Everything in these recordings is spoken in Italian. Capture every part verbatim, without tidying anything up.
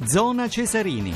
Zona Cesarini.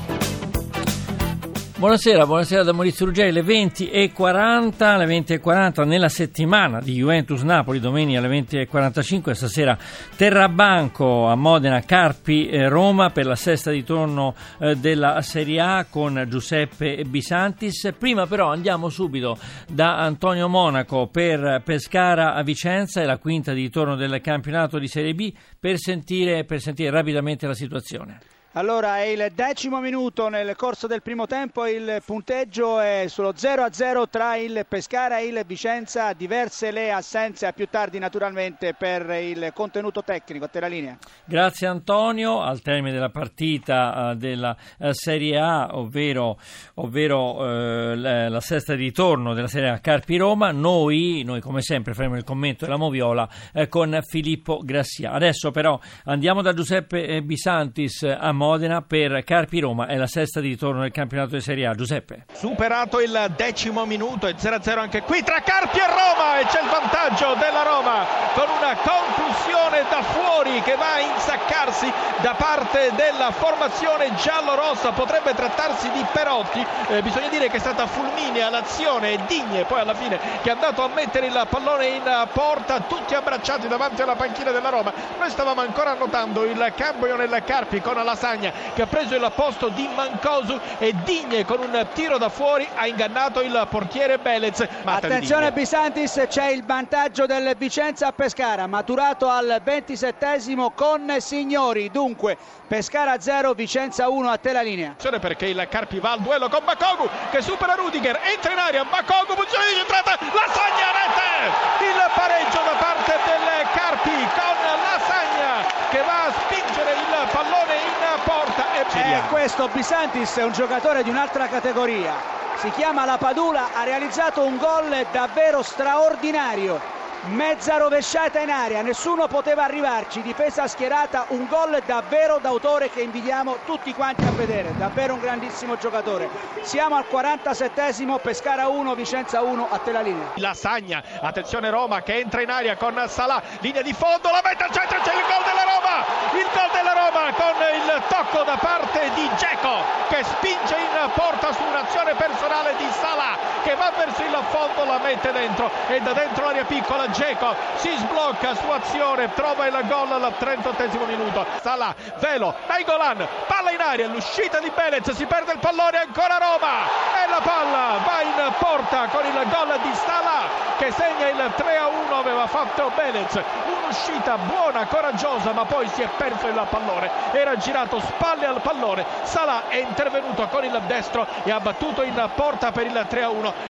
Buonasera, buonasera da Maurizio Ruggeri, le venti e quaranta, le venti e quaranta nella settimana di Juventus-Napoli, domenica alle venti e quarantacinque, stasera Terrabanco a Modena, Carpi eh, Roma per la sesta di turno eh, della Serie A con Giuseppe Bisantis. Prima però andiamo subito da Antonio Monaco per Pescara a Vicenza e la quinta di turno del campionato di Serie B per sentire, per sentire rapidamente la situazione. Allora è il decimo minuto nel corso del primo tempo, il punteggio è sullo zero a zero tra il Pescara e il Vicenza, diverse le assenze, a più tardi naturalmente per il contenuto tecnico. A te la linea. Grazie Antonio. Al termine della partita uh, della uh, Serie A, ovvero, ovvero uh, la, la sesta di ritorno della Serie A Carpi Roma, noi, noi come sempre faremo il commento della Moviola uh, con Filippo Grassia. Adesso però andiamo da Giuseppe Bisantis a Modena per Carpi Roma, è la sesta di ritorno del campionato di Serie A. Giuseppe. Superato il decimo minuto e zero a zero anche qui tra Carpi e Roma e c'è il vantaggio della Roma con una conclusione da fuori che va a insaccarsi da parte della formazione giallo-rossa. Potrebbe trattarsi di Perotti, eh, bisogna dire che è stata fulminea l'azione e Digne poi alla fine che è andato a mettere il pallone in porta, tutti abbracciati davanti alla panchina della Roma. Noi stavamo ancora annotando il cambio nel Carpi con la che ha preso il posto di Mancosu e Digne con un tiro da fuori ha ingannato il portiere Belez. Attenzione Bisantis, c'è il vantaggio del Vicenza a Pescara, maturato al ventisettesimo con Signori. Dunque Pescara zero, Vicenza uno. A te la linea. Perché il Carpi va al duello con Makogu che supera Rudiger, entra in aria Makogu, posizione di centrata, Lasagna, rete! Il pareggio da parte del Carpi con Lasagna che va a spingere il pallone in porta. E eh, questo Bisantis è un giocatore di un'altra categoria, si chiama La Padula, ha realizzato un gol davvero straordinario, mezza rovesciata in aria, nessuno poteva arrivarci, difesa schierata, un gol davvero d'autore che invidiamo tutti quanti a vedere, davvero un grandissimo giocatore. Siamo al quarantasettesimo, Pescara uno, Vicenza uno. A te la linea. Lasagna, attenzione Roma che entra in aria con Salah, linea di fondo, la mette al centro, c'è il gol della Roma, il gol della Roma con il tocco da parte di Dzeko che spinge in porta su un'azione personale di Salah che va verso il fondo, la mette dentro e da dentro l'area piccola Dzeko si sblocca su azione, trova il gol al trentottesimo minuto. Salah, velo, Nainggolan, palla in aria, l'uscita di Belez, si perde il pallone, ancora Roma e la palla va in porta con il gol di Salah che segna il tre a uno. Aveva fatto Belez un'uscita buona, coraggiosa, ma poi si è perso il pallone, era girato spalle al pallone. Salah è intervenuto con il destro e ha battuto in porta per il tre a uno.